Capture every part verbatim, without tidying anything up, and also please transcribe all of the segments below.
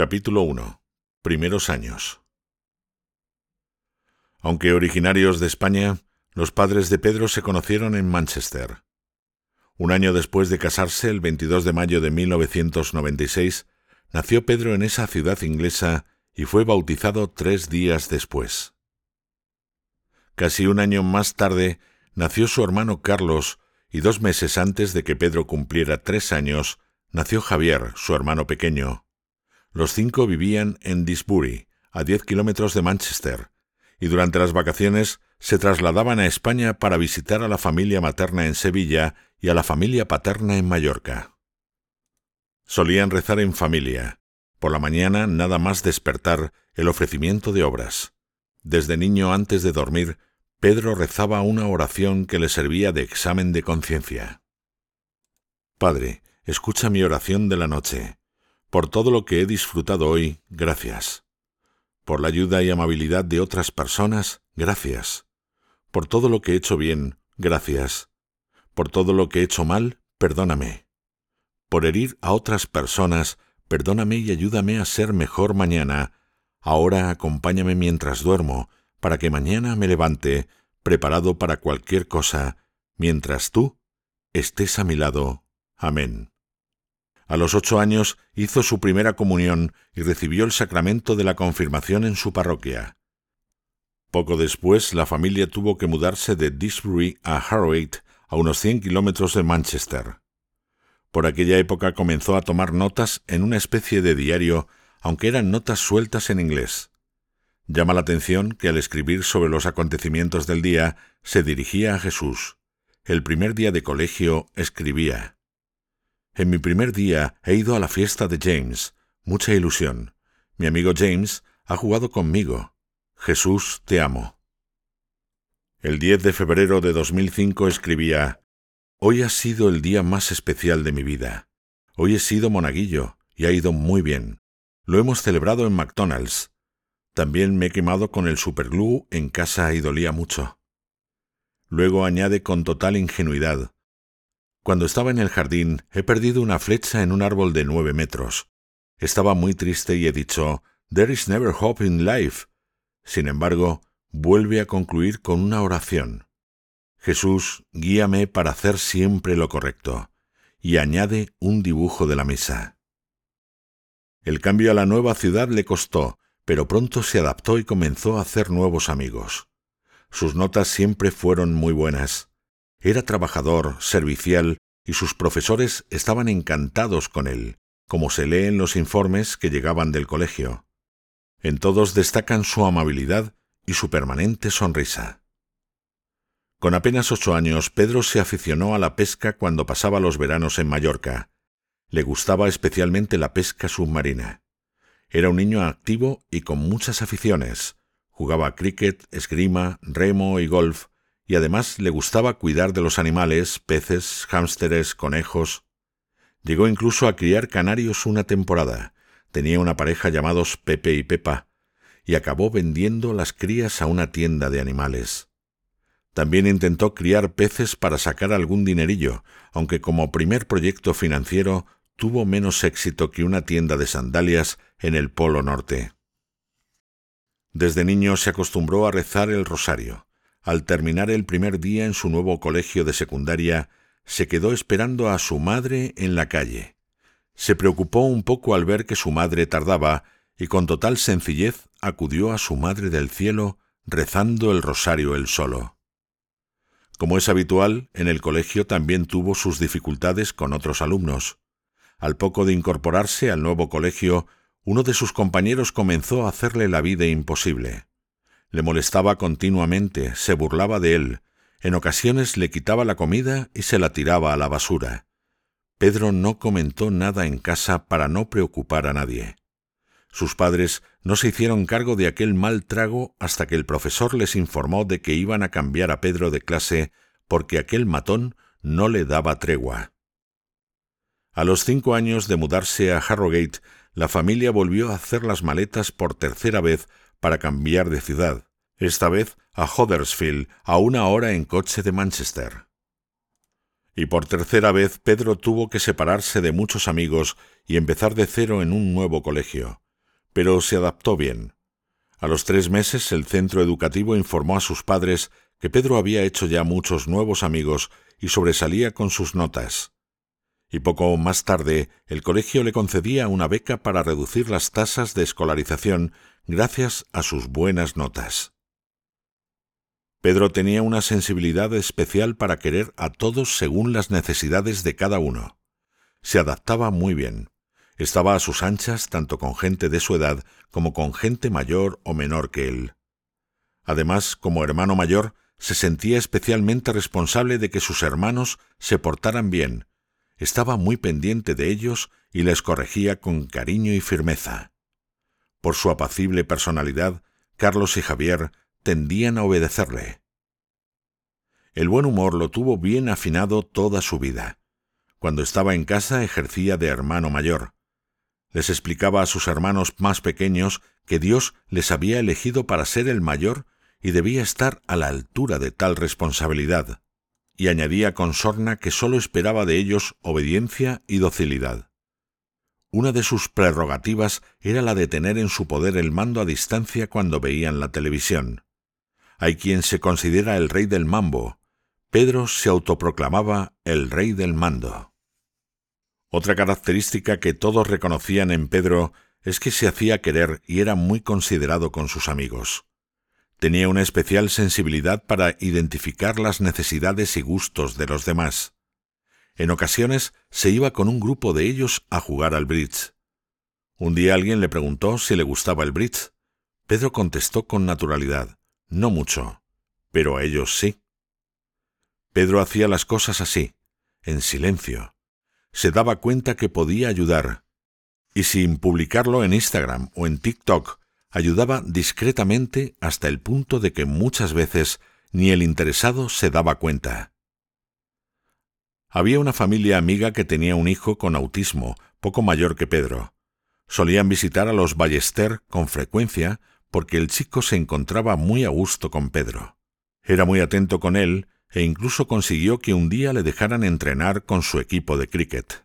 Capítulo uno. Primeros años. Aunque originarios de España, los padres de Pedro se conocieron en Manchester. Un año después de casarse, el veintidós de mayo de mil novecientos noventa y seis, nació Pedro en esa ciudad inglesa y fue bautizado tres días después. Casi un año más tarde, nació su hermano Carlos, y dos meses antes de que Pedro cumpliera tres años, nació Javier, su hermano pequeño. Los cinco vivían en Disbury, a diez kilómetros de Manchester, y durante las vacaciones se trasladaban a España para visitar a la familia materna en Sevilla y a la familia paterna en Mallorca. Solían rezar en familia. Por la mañana, nada más despertar, el ofrecimiento de obras. Desde niño, antes de dormir, Pedro rezaba una oración que le servía de examen de conciencia. Padre, escucha mi oración de la noche. Por todo lo que he disfrutado hoy, gracias. Por la ayuda y amabilidad de otras personas, gracias. Por todo lo que he hecho bien, gracias. Por todo lo que he hecho mal, perdóname. Por herir a otras personas, perdóname y ayúdame a ser mejor mañana. Ahora acompáñame mientras duermo, para que mañana me levante, preparado para cualquier cosa, mientras tú estés a mi lado. Amén. A los ocho años hizo su primera comunión y recibió el sacramento de la confirmación en su parroquia. Poco después, la familia tuvo que mudarse de Disbury a Harrogate, a unos cien kilómetros de Manchester. Por aquella época comenzó a tomar notas en una especie de diario, aunque eran notas sueltas en inglés. Llama la atención que al escribir sobre los acontecimientos del día se dirigía a Jesús. El primer día de colegio escribía: En mi primer día he ido a la fiesta de James. Mucha ilusión. Mi amigo James ha jugado conmigo. Jesús, te amo. El diez de febrero de dos mil cinco escribía: Hoy ha sido el día más especial de mi vida. Hoy he sido monaguillo y ha ido muy bien. Lo hemos celebrado en McDonald's. También me he quemado con el superglue en casa y dolía mucho. Luego añade con total ingenuidad: Cuando estaba en el jardín, he perdido una flecha en un árbol de nueve metros. Estaba muy triste y he dicho, There is never hope in life. Sin embargo, vuelve a concluir con una oración. Jesús, guíame para hacer siempre lo correcto. Y añade un dibujo de la mesa. El cambio a la nueva ciudad le costó, pero pronto se adaptó y comenzó a hacer nuevos amigos. Sus notas siempre fueron muy buenas. Era trabajador, servicial, y sus profesores estaban encantados con él, como se lee en los informes que llegaban del colegio. En todos destacan su amabilidad y su permanente sonrisa. Con apenas ocho años, Pedro se aficionó a la pesca cuando pasaba los veranos en Mallorca. Le gustaba especialmente la pesca submarina. Era un niño activo y con muchas aficiones. Jugaba cricket, esgrima, remo y golf, y además le gustaba cuidar de los animales, peces, hámsteres, conejos. Llegó incluso a criar canarios una temporada. Tenía una pareja llamados Pepe y Pepa, y acabó vendiendo las crías a una tienda de animales. También intentó criar peces para sacar algún dinerillo, aunque como primer proyecto financiero tuvo menos éxito que una tienda de sandalias en el Polo Norte. Desde niño se acostumbró a rezar el rosario. Al terminar el primer día en su nuevo colegio de secundaria, se quedó esperando a su madre en la calle. Se preocupó un poco al ver que su madre tardaba y con total sencillez acudió a su Madre del Cielo rezando el rosario él solo. Como es habitual, en el colegio también tuvo sus dificultades con otros alumnos. Al poco de incorporarse al nuevo colegio, uno de sus compañeros comenzó a hacerle la vida imposible. Le molestaba continuamente, se burlaba de él, en ocasiones le quitaba la comida y se la tiraba a la basura. Pedro no comentó nada en casa para no preocupar a nadie. Sus padres no se hicieron cargo de aquel mal trago hasta que el profesor les informó de que iban a cambiar a Pedro de clase porque aquel matón no le daba tregua. A los cinco años de mudarse a Harrogate, la familia volvió a hacer las maletas por tercera vez para cambiar de ciudad, esta vez a Huddersfield, a una hora en coche de Manchester. Y por tercera vez Pedro tuvo que separarse de muchos amigos y empezar de cero en un nuevo colegio. pero se adaptó bien. A los tres meses el centro educativo informó a sus padres que Pedro había hecho ya muchos nuevos amigos y sobresalía con sus notas. Y poco más tarde el colegio le concedía una beca para reducir las tasas de escolarización gracias a sus buenas notas. Pedro tenía una sensibilidad especial para querer a todos según las necesidades de cada uno. Se adaptaba muy bien. Estaba a sus anchas tanto con gente de su edad como con gente mayor o menor que él. Además, como hermano mayor, se sentía especialmente responsable de que sus hermanos se portaran bien. Estaba muy pendiente de ellos y les corregía con cariño y firmeza. Por su apacible personalidad, Carlos y Javier tendían a obedecerle. El buen humor lo tuvo bien afinado toda su vida. Cuando estaba en casa ejercía de hermano mayor. Les explicaba a sus hermanos más pequeños que Dios les había elegido para ser el mayor y debía estar a la altura de tal responsabilidad, y añadía con sorna que sólo esperaba de ellos obediencia y docilidad. Una de sus prerrogativas era la de tener en su poder el mando a distancia cuando veían la televisión. Hay quien se considera el rey del mambo. Pedro se autoproclamaba el rey del mando. Otra característica que todos reconocían en Pedro es que se hacía querer y era muy considerado con sus amigos. Tenía una especial sensibilidad para identificar las necesidades y gustos de los demás. En ocasiones se iba con un grupo de ellos a jugar al bridge. Un día alguien le preguntó si le gustaba el bridge. Pedro contestó con naturalidad: no mucho, pero a ellos sí. Pedro hacía las cosas así, en silencio. Se daba cuenta que podía ayudar, y sin publicarlo en Instagram o en TikTok, ayudaba discretamente hasta el punto de que muchas veces ni el interesado se daba cuenta. Había una familia amiga que tenía un hijo con autismo, poco mayor que Pedro. Solían visitar a los Ballester con frecuencia porque el chico se encontraba muy a gusto con Pedro. Era muy atento con él e incluso consiguió que un día le dejaran entrenar con su equipo de cricket.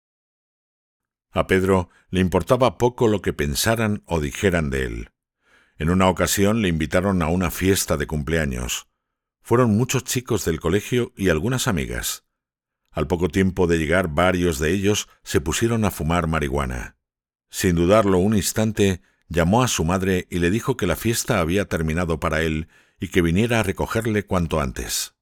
A Pedro le importaba poco lo que pensaran o dijeran de él. En una ocasión le invitaron a una fiesta de cumpleaños. Fueron muchos chicos del colegio y algunas amigas. Al poco tiempo de llegar, varios de ellos se pusieron a fumar marihuana. Sin dudarlo un instante, llamó a su madre y le dijo que la fiesta había terminado para él y que viniera a recogerle cuanto antes.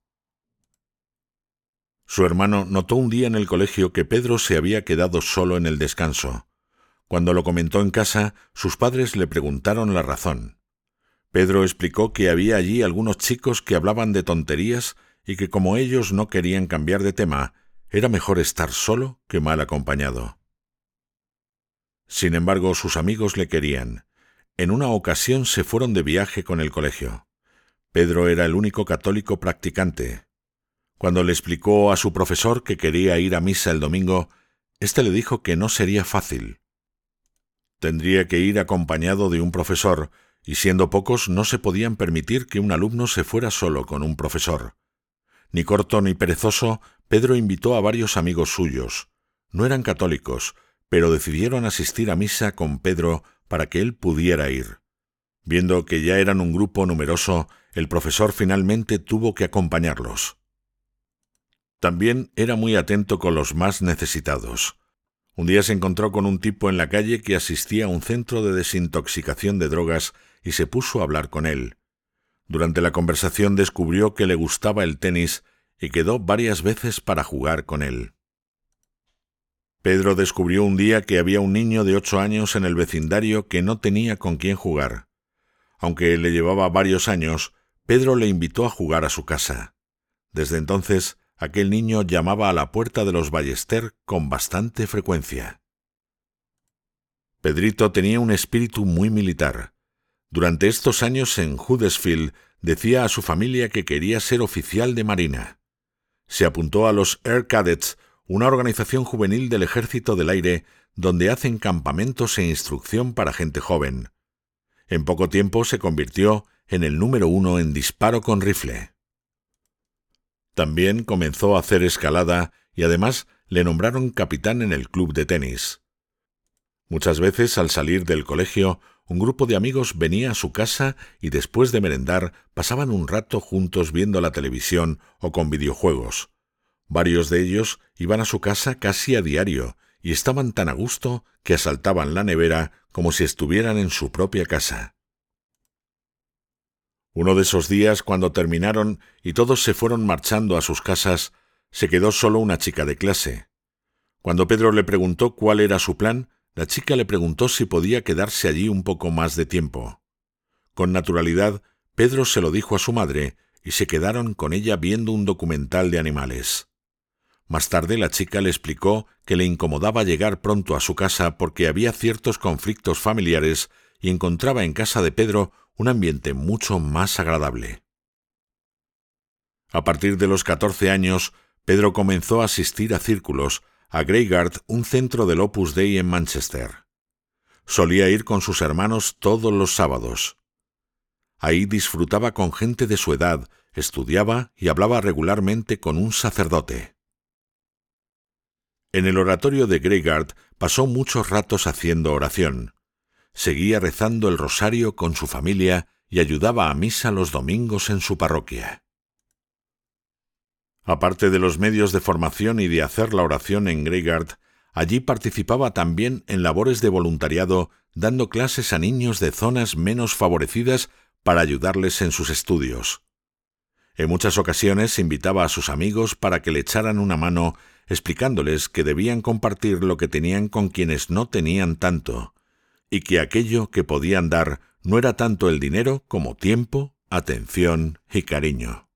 Su hermano notó un día en el colegio que Pedro se había quedado solo en el descanso. Cuando lo comentó en casa, sus padres le preguntaron la razón. Pedro explicó que había allí algunos chicos que hablaban de tonterías y que como ellos no querían cambiar de tema, era mejor estar solo que mal acompañado. Sin embargo, sus amigos le querían. En una ocasión se fueron de viaje con el colegio. Pedro era el único católico practicante. Cuando le explicó a su profesor que quería ir a misa el domingo, éste le dijo que no sería fácil. Tendría que ir acompañado de un profesor, y siendo pocos no se podían permitir que un alumno se fuera solo con un profesor. Ni corto ni perezoso, Pedro invitó a varios amigos suyos. No eran católicos, pero decidieron asistir a misa con Pedro para que él pudiera ir. Viendo que ya eran un grupo numeroso, el profesor finalmente tuvo que acompañarlos. También era muy atento con los más necesitados. Un día se encontró con un tipo en la calle que asistía a un centro de desintoxicación de drogas y se puso a hablar con él. Durante la conversación descubrió que le gustaba el tenis y quedó varias veces para jugar con él. Pedro descubrió un día que había un niño de ocho años en el vecindario que no tenía con quién jugar. Aunque le llevaba varios años, Pedro le invitó a jugar a su casa. Desde entonces, aquel niño llamaba a la puerta de los Ballester con bastante frecuencia. Pedrito tenía un espíritu muy militar. Durante estos años en Huddersfield decía a su familia que quería ser oficial de marina. Se apuntó a los Air Cadets, una organización juvenil del Ejército del Aire donde hacen campamentos e instrucción para gente joven. En poco tiempo se convirtió en el número uno en disparo con rifle. También comenzó a hacer escalada y además le nombraron capitán en el club de tenis. Muchas veces, al salir del colegio, un grupo de amigos venía a su casa y después de merendar pasaban un rato juntos viendo la televisión o con videojuegos. Varios de ellos iban a su casa casi a diario y estaban tan a gusto que asaltaban la nevera como si estuvieran en su propia casa. Uno de esos días, cuando terminaron y todos se fueron marchando a sus casas, se quedó solo una chica de clase. Cuando Pedro le preguntó cuál era su plan, la chica le preguntó si podía quedarse allí un poco más de tiempo. Con naturalidad, Pedro se lo dijo a su madre y se quedaron con ella viendo un documental de animales. Más tarde la chica le explicó que le incomodaba llegar pronto a su casa porque había ciertos conflictos familiares y encontraba en casa de Pedro un ambiente mucho más agradable. A partir de los catorce años, Pedro comenzó a asistir a círculos, a Greygard, un centro del Opus Dei en Manchester. Solía ir con sus hermanos todos los sábados. Ahí disfrutaba con gente de su edad, estudiaba y hablaba regularmente con un sacerdote. En el oratorio de Greygard pasó muchos ratos haciendo oración. Seguía rezando el rosario con su familia y ayudaba a misa los domingos en su parroquia. Aparte de los medios de formación y de hacer la oración en Greygard, allí participaba también en labores de voluntariado, dando clases a niños de zonas menos favorecidas para ayudarles en sus estudios. En muchas ocasiones invitaba a sus amigos para que le echaran una mano, explicándoles que debían compartir lo que tenían con quienes no tenían tanto, y que aquello que podían dar no era tanto el dinero como tiempo, atención y cariño.